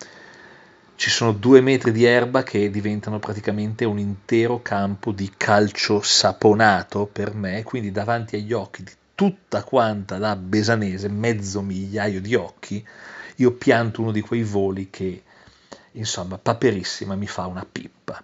Ci sono due metri di erba che diventano praticamente un intero campo di calcio saponato per me, quindi davanti agli occhi di tutta quanta da besanese, mezzo migliaio di occhi, io pianto uno di quei voli che, insomma, Paperissima mi fa una pippa.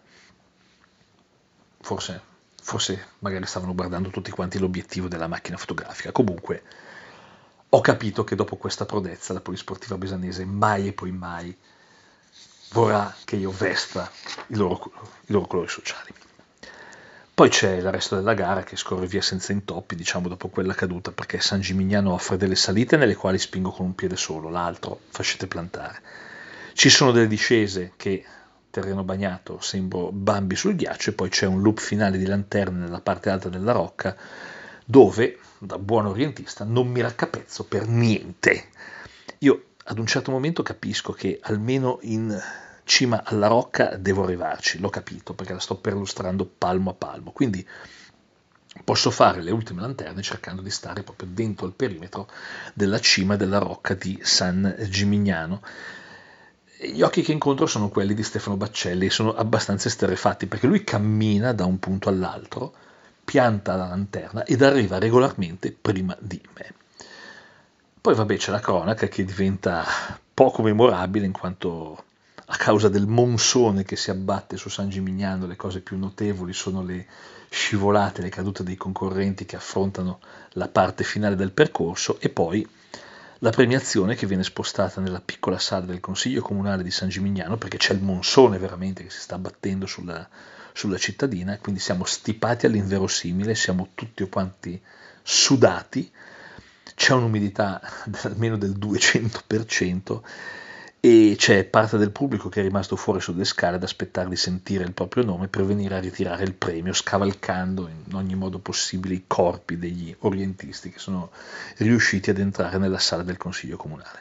Forse, forse magari stavano guardando tutti quanti l'obiettivo della macchina fotografica. Comunque, ho capito che dopo questa prodezza la Polisportiva Besanese mai e poi mai vorrà che io vesta i loro, i loro colori sociali. Poi c'è il resto della gara che scorre via senza intoppi, diciamo, dopo quella caduta, perché San Gimignano offre delle salite nelle quali spingo con un piede solo, l'altro facete plantare. Ci sono delle discese che, terreno bagnato, sembro Bambi sul ghiaccio, e poi c'è un loop finale di lanterne nella parte alta della rocca, dove, da buon orientista, non mi raccapezzo per niente. Io ad un certo momento capisco che almeno in cima alla rocca devo arrivarci, l'ho capito perché la sto perlustrando palmo a palmo, quindi posso fare le ultime lanterne cercando di stare proprio dentro il perimetro della cima della rocca di San Gimignano. Gli occhi che incontro sono quelli di Stefano Baccelli e sono abbastanza esterrefatti perché lui cammina da un punto all'altro, pianta la lanterna ed arriva regolarmente prima di me. Poi vabbè c'è la cronaca che diventa poco memorabile in quanto a causa del monsone che si abbatte su San Gimignano le cose più notevoli sono le scivolate, le cadute dei concorrenti che affrontano la parte finale del percorso e poi la premiazione che viene spostata nella piccola sala del Consiglio Comunale di San Gimignano perché c'è il monsone veramente che si sta abbattendo sulla, sulla cittadina, quindi siamo stipati all'inverosimile, siamo tutti quanti sudati, c'è un'umidità almeno del duecento per cento e c'è parte del pubblico che è rimasto fuori sulle scale ad aspettare di sentire il proprio nome per venire a ritirare il premio, scavalcando in ogni modo possibile i corpi degli orientisti che sono riusciti ad entrare nella sala del Consiglio Comunale.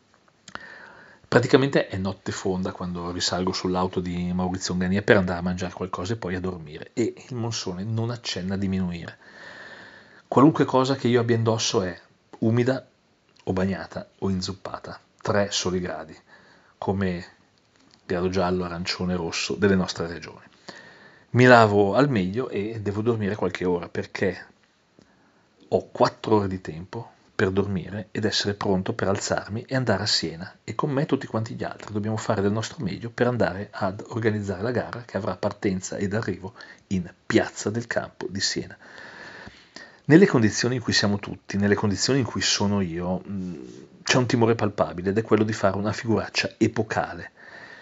Praticamente è notte fonda quando risalgo sull'auto di Maurizio Ungania per andare a mangiare qualcosa e poi a dormire, e il monsone non accenna a diminuire. Qualunque cosa che io abbia indosso è umida o bagnata o inzuppata, tre soli gradi, come grado giallo, arancione, rosso delle nostre regioni. Mi lavo al meglio e devo dormire qualche ora perché ho quattro ore di tempo per dormire ed essere pronto per alzarmi e andare a Siena e con me tutti quanti gli altri. Dobbiamo fare del nostro meglio per andare ad organizzare la gara che avrà partenza ed arrivo in Piazza del Campo di Siena. Nelle condizioni in cui siamo tutti, nelle condizioni in cui sono io, c'è un timore palpabile ed è quello di fare una figuraccia epocale.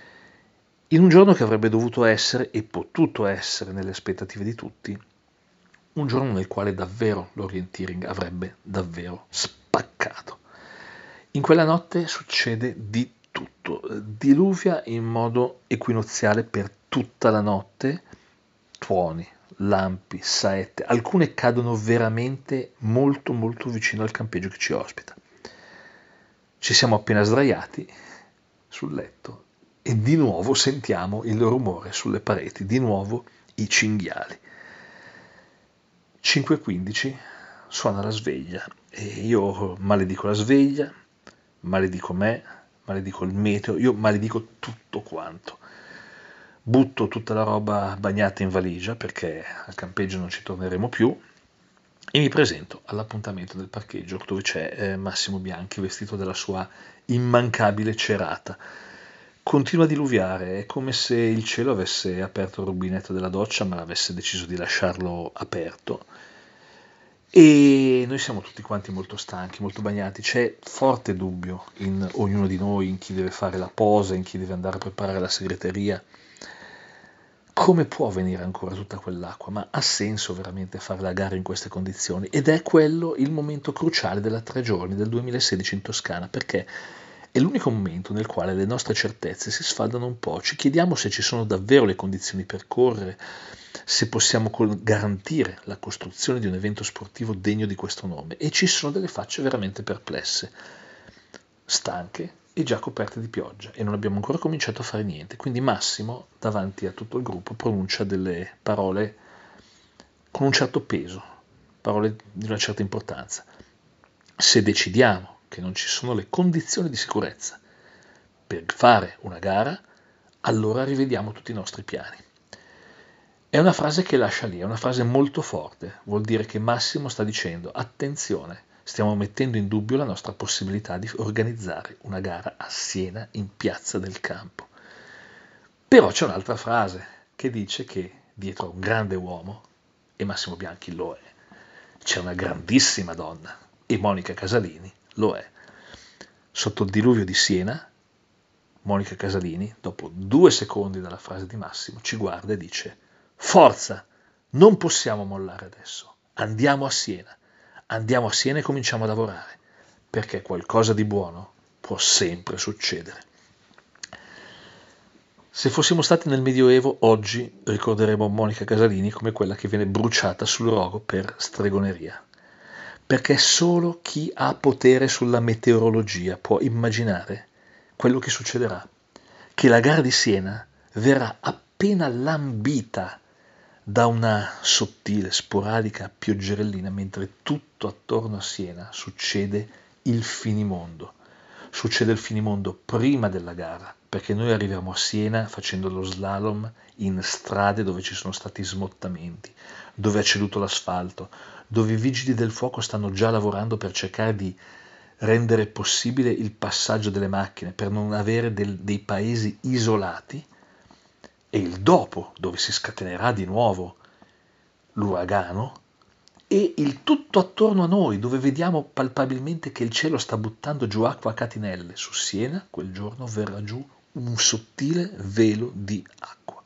In un giorno che avrebbe dovuto essere e potuto essere, nelle aspettative di tutti, un giorno nel quale davvero l'orienteering avrebbe davvero spaccato. In quella notte succede di tutto, diluvia in modo equinoziale per tutta la notte, tuoni, lampi, saette, alcune cadono veramente molto molto vicino al campeggio che ci ospita. Ci siamo appena sdraiati sul letto e di nuovo sentiamo il rumore sulle pareti, di nuovo i cinghiali. cinque e quindici suona la sveglia e io maledico la sveglia, maledico me, maledico il meteo, io maledico tutto quanto. Butto tutta la roba bagnata in valigia perché al campeggio non ci torneremo più e mi presento all'appuntamento del parcheggio dove c'è eh, Massimo Bianchi vestito della sua immancabile cerata. Continua a diluviare, è come se il cielo avesse aperto il rubinetto della doccia ma avesse deciso di lasciarlo aperto e noi siamo tutti quanti molto stanchi, molto bagnati, c'è forte dubbio in ognuno di noi, in chi deve fare la posa, in chi deve andare a preparare la segreteria. Come può venire ancora tutta quell'acqua? Ma ha senso veramente fare la gara in queste condizioni? Ed è quello il momento cruciale della tre giorni del duemilasedici in Toscana, perché è l'unico momento nel quale le nostre certezze si sfaldano un po'. Ci chiediamo se ci sono davvero le condizioni per correre, se possiamo garantire la costruzione di un evento sportivo degno di questo nome. E ci sono delle facce veramente perplesse, stanche e già coperte di pioggia e non abbiamo ancora cominciato a fare niente. Quindi Massimo, davanti a tutto il gruppo, pronuncia delle parole con un certo peso, parole di una certa importanza. Se decidiamo che non ci sono le condizioni di sicurezza per fare una gara, allora rivediamo tutti i nostri piani. È una frase che lascia lì, è una frase molto forte, vuol dire che Massimo sta dicendo attenzione, stiamo mettendo in dubbio la nostra possibilità di organizzare una gara a Siena in Piazza del Campo. Però c'è un'altra frase che dice che dietro a un grande uomo, e Massimo Bianchi lo è, c'è una grandissima donna, e Monica Casalini lo è. Sotto il diluvio di Siena, Monica Casalini, dopo due secondi dalla frase di Massimo, ci guarda e dice: forza, non possiamo mollare adesso, andiamo a Siena, andiamo a Siena e cominciamo a lavorare, perché qualcosa di buono può sempre succedere. Se fossimo stati nel Medioevo, oggi ricorderemo Monica Casalini come quella che viene bruciata sul rogo per stregoneria, perché solo chi ha potere sulla meteorologia può immaginare quello che succederà, che la gara di Siena verrà appena lambita da una sottile, sporadica pioggerellina, mentre tutto attorno a Siena succede il finimondo. Succede il finimondo prima della gara, perché noi arriviamo a Siena facendo lo slalom in strade dove ci sono stati smottamenti, dove è ceduto l'asfalto, dove i vigili del fuoco stanno già lavorando per cercare di rendere possibile il passaggio delle macchine, per non avere del, dei paesi isolati, e il dopo, dove si scatenerà di nuovo l'uragano, e il tutto attorno a noi, dove vediamo palpabilmente che il cielo sta buttando giù acqua a catinelle. Su Siena quel giorno verrà giù un sottile velo di acqua.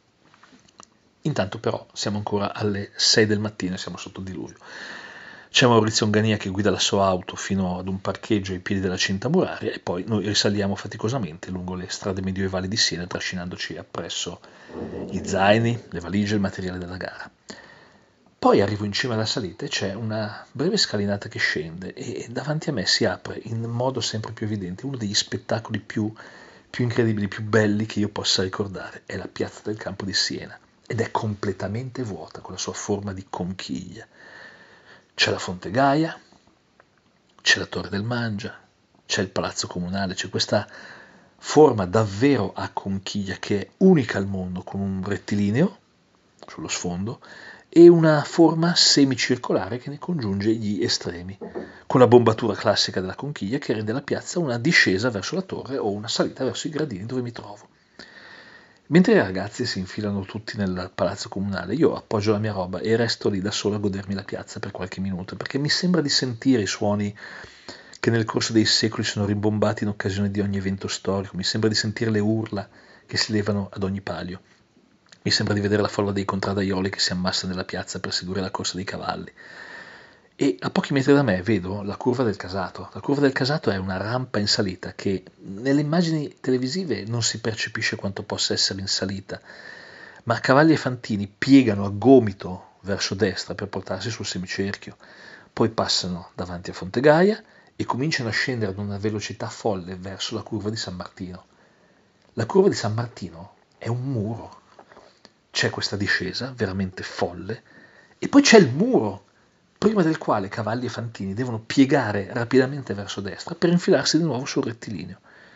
Intanto però siamo ancora alle sei del mattino e siamo sotto il diluvio. C'è Maurizio Ongania che guida la sua auto fino ad un parcheggio ai piedi della cinta muraria e poi noi risaliamo faticosamente lungo le strade medievali di Siena, trascinandoci appresso i zaini, le valigie e il materiale della gara. Poi arrivo in cima alla salita e c'è una breve scalinata che scende e davanti a me si apre in modo sempre più evidente uno degli spettacoli più, più incredibili, più belli che io possa ricordare. È la Piazza del Campo di Siena ed è completamente vuota con la sua forma di conchiglia. C'è la Fonte Gaia, c'è la Torre del Mangia, c'è il Palazzo Comunale, c'è questa forma davvero a conchiglia che è unica al mondo, con un rettilineo sullo sfondo e una forma semicircolare che ne congiunge gli estremi, con la bombatura classica della conchiglia che rende la piazza una discesa verso la torre o una salita verso i gradini dove mi trovo. Mentre i ragazzi si infilano tutti nel palazzo comunale, io appoggio la mia roba e resto lì da solo a godermi la piazza per qualche minuto, perché mi sembra di sentire i suoni che nel corso dei secoli sono rimbombati in occasione di ogni evento storico, mi sembra di sentire le urla che si levano ad ogni palio, mi sembra di vedere la folla dei contraddaioli che si ammassa nella piazza per seguire la corsa dei cavalli. E a pochi metri da me vedo la curva del Casato. La curva del Casato è una rampa in salita che nelle immagini televisive non si percepisce quanto possa essere in salita, ma Cavalli e Fantini piegano a gomito verso destra per portarsi sul semicerchio, poi passano davanti a Fonte Gaia e cominciano a scendere ad una velocità folle verso la curva di San Martino. La curva di San Martino è un muro, c'è questa discesa veramente folle e poi c'è il muro prima del quale Cavalli e Fantini devono piegare rapidamente verso destra per infilarsi di nuovo sul rettilineo.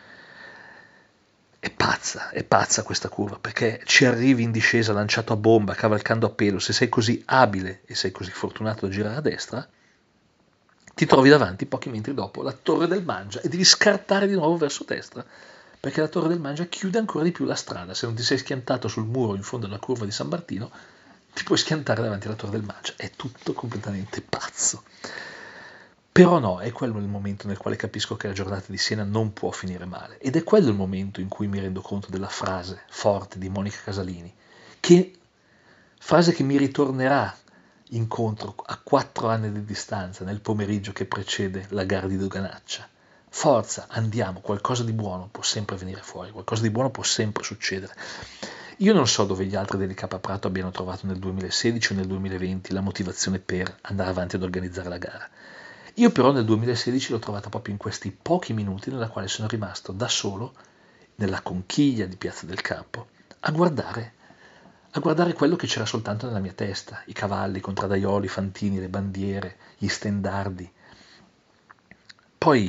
È pazza, è pazza questa curva, perché ci arrivi in discesa lanciato a bomba, cavalcando a pelo, se sei così abile e sei così fortunato da girare a destra, ti trovi davanti pochi metri dopo la Torre del Mangia e devi scartare di nuovo verso destra, perché la Torre del Mangia chiude ancora di più la strada. Se non ti sei schiantato sul muro in fondo alla curva di San Martino, ti puoi schiantare davanti alla Torre del Mangia. È tutto completamente pazzo. Però no, è quello il momento nel quale capisco che la giornata di Siena non può finire male. Ed è quello il momento in cui mi rendo conto della frase forte di Monica Casalini, che frase che mi ritornerà incontro a quattro anni di distanza nel pomeriggio che precede la gara di Doganaccia. Forza, andiamo, qualcosa di buono può sempre venire fuori, qualcosa di buono può sempre succedere. Io non so dove gli altri dell'I K Prato abbiano trovato nel duemilasedici o nel duemilaventi la motivazione per andare avanti ad organizzare la gara. Io però nel duemilasedici l'ho trovata proprio in questi pochi minuti nella quale sono rimasto da solo nella conchiglia di Piazza del Campo a guardare, a guardare quello che c'era soltanto nella mia testa, i cavalli, i contraddaioli, i fantini, le bandiere, gli stendardi. Poi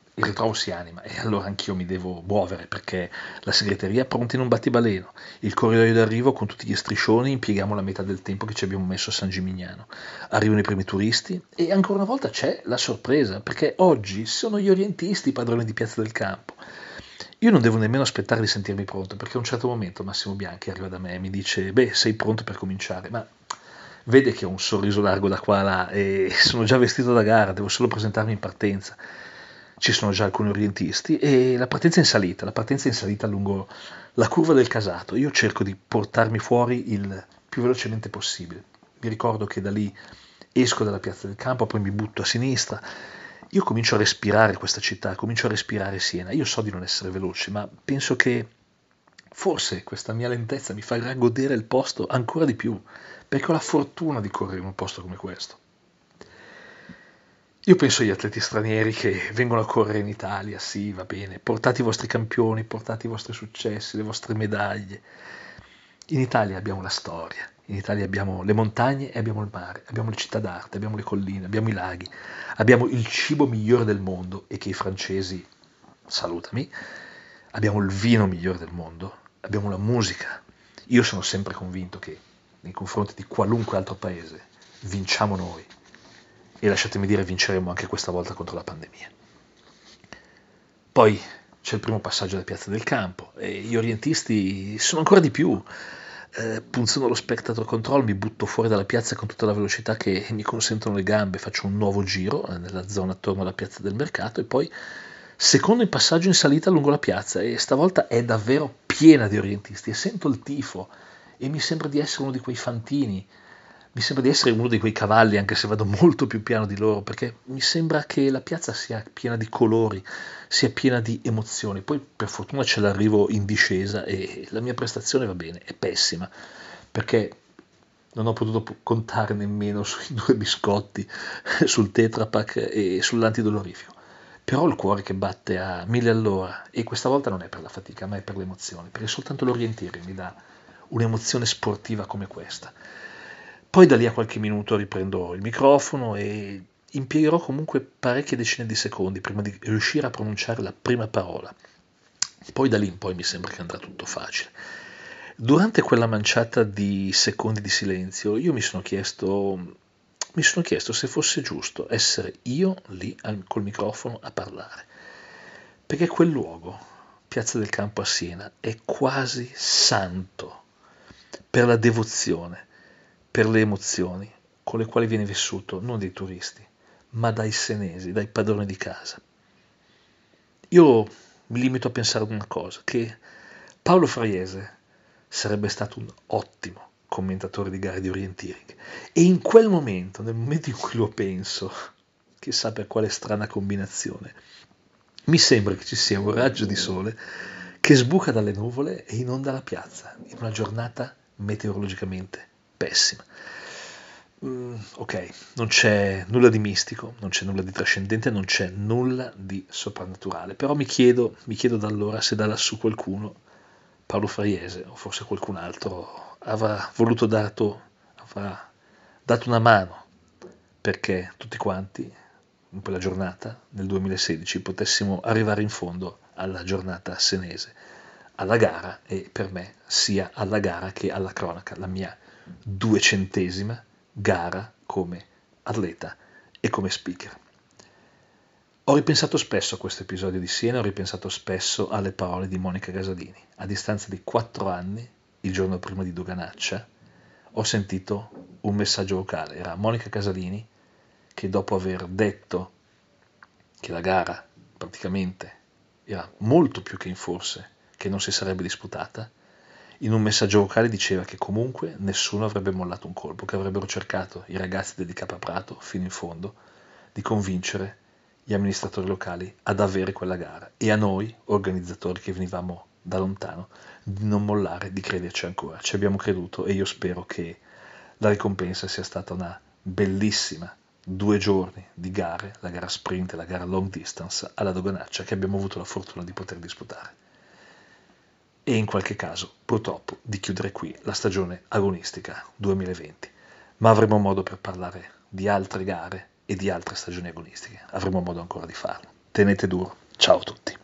il ritrovo si anima e allora anch'io mi devo muovere perché la segreteria è pronta in un battibaleno, il corridoio d'arrivo con tutti gli striscioni impieghiamo la metà del tempo che ci abbiamo messo a San Gimignano. Arrivano i primi turisti e ancora una volta c'è la sorpresa perché oggi sono gli orientisti i padroni di Piazza del Campo. Io non devo nemmeno aspettare di sentirmi pronto perché a un certo momento Massimo Bianchi arriva da me e mi dice beh sei pronto per cominciare, ma vede che ho un sorriso largo da qua a là e sono già vestito da gara, devo solo presentarmi in partenza. Ci sono già alcuni orientisti e la partenza è in salita, la partenza è in salita lungo la curva del Casato. Io cerco di portarmi fuori il più velocemente possibile. Mi ricordo che da lì esco dalla Piazza del Campo, poi mi butto a sinistra. Io comincio a respirare questa città, comincio a respirare Siena. Io so di non essere veloce, ma penso che forse questa mia lentezza mi farà godere il posto ancora di più, perché ho la fortuna di correre in un posto come questo. Io penso agli atleti stranieri che vengono a correre in Italia, sì, va bene, portate i vostri campioni, portate i vostri successi, le vostre medaglie. In Italia abbiamo la storia, in Italia abbiamo le montagne e abbiamo il mare, abbiamo le città d'arte, abbiamo le colline, abbiamo i laghi, abbiamo il cibo migliore del mondo e che i francesi, salutami, abbiamo il vino migliore del mondo, abbiamo la musica. Io sono sempre convinto che nei confronti di qualunque altro paese vinciamo noi. E lasciatemi dire, vinceremo anche questa volta contro la pandemia. Poi c'è il primo passaggio alla Piazza del Campo e gli orientisti sono ancora di più. Eh, punzano lo spectator control, mi butto fuori dalla piazza con tutta la velocità che mi consentono le gambe, faccio un nuovo giro nella zona attorno alla Piazza del Mercato e poi secondo il passaggio in salita lungo la piazza e stavolta è davvero piena di orientisti e sento il tifo e mi sembra di essere uno di quei fantini. Mi sembra di essere uno di quei cavalli, anche se vado molto più piano di loro, perché mi sembra che la piazza sia piena di colori, sia piena di emozioni. Poi per fortuna c'è l'arrivo in discesa e la mia prestazione va bene, è pessima, perché non ho potuto contare nemmeno sui due biscotti, sul Tetra Pak e sull'antidolorifico. Però ho il cuore che batte a mille all'ora e questa volta non è per la fatica, ma è per le emozioni, perché soltanto l'orientiere mi dà un'emozione sportiva come questa. Poi da lì a qualche minuto riprendo il microfono e impiegherò comunque parecchie decine di secondi prima di riuscire a pronunciare la prima parola. Poi da lì in poi mi sembra che andrà tutto facile. Durante quella manciata di secondi di silenzio io mi sono chiesto, mi sono chiesto se fosse giusto essere io lì al, col microfono a parlare. Perché quel luogo, Piazza del Campo a Siena, è quasi santo per la devozione, per le emozioni con le quali viene vissuto non dai turisti, ma dai senesi, dai padroni di casa. Io mi limito a pensare ad una cosa, che Paolo Fraiese sarebbe stato un ottimo commentatore di gare di orienteering e in quel momento, nel momento in cui lo penso, chissà per quale strana combinazione, mi sembra che ci sia un raggio di sole che sbuca dalle nuvole e inonda la piazza in una giornata meteorologicamente pessima. Mm, ok, non c'è nulla di mistico, non c'è nulla di trascendente, non c'è nulla di soprannaturale, però mi chiedo, mi chiedo da allora se da lassù qualcuno, Paolo Fraiese o forse qualcun altro, avrà voluto dato, avrà dato una mano perché tutti quanti in quella giornata, nel duemilasedici, potessimo arrivare in fondo alla giornata senese, alla gara e per me sia alla gara che alla cronaca, la mia duecentesima gara come atleta e come speaker. Ho ripensato spesso a questo episodio di Siena, ho ripensato spesso alle parole di Monica Gasalini. A distanza di quattro anni, il giorno prima di Doganaccia, ho sentito un messaggio vocale. Era Monica Gasalini che dopo aver detto che la gara praticamente era molto più che in forse, che non si sarebbe disputata, in un messaggio vocale diceva che comunque nessuno avrebbe mollato un colpo, che avrebbero cercato i ragazzi del Capra Prato fino in fondo di convincere gli amministratori locali ad avere quella gara e a noi, organizzatori che venivamo da lontano, di non mollare, di crederci ancora. Ci abbiamo creduto e io spero che la ricompensa sia stata una bellissima due giorni di gare, la gara sprint e la gara long distance alla Doganaccia che abbiamo avuto la fortuna di poter disputare. E in qualche caso, purtroppo, di chiudere qui la stagione agonistica duemilaventi. Ma avremo modo per parlare di altre gare e di altre stagioni agonistiche. Avremo modo ancora di farlo. tenete duro. Ciao a tutti.